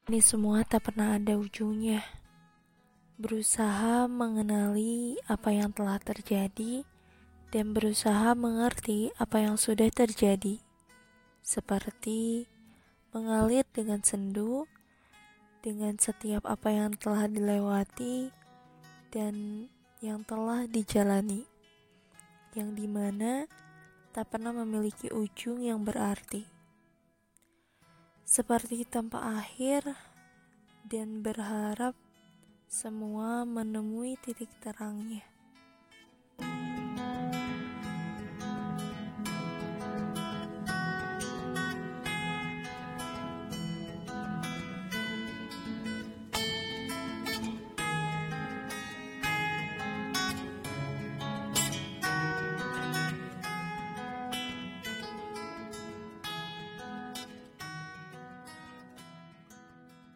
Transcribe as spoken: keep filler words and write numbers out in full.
Ini semua tak pernah ada ujungnya. Berusaha mengenali apa yang telah terjadi dan berusaha mengerti apa yang sudah terjadi. Seperti mengalir dengan sendu dengan setiap apa yang telah dilewati dan yang telah dijalani, yang dimana tak pernah memiliki ujung yang berarti. Seperti tanpa akhir dan berharap semua menemui titik terangnya.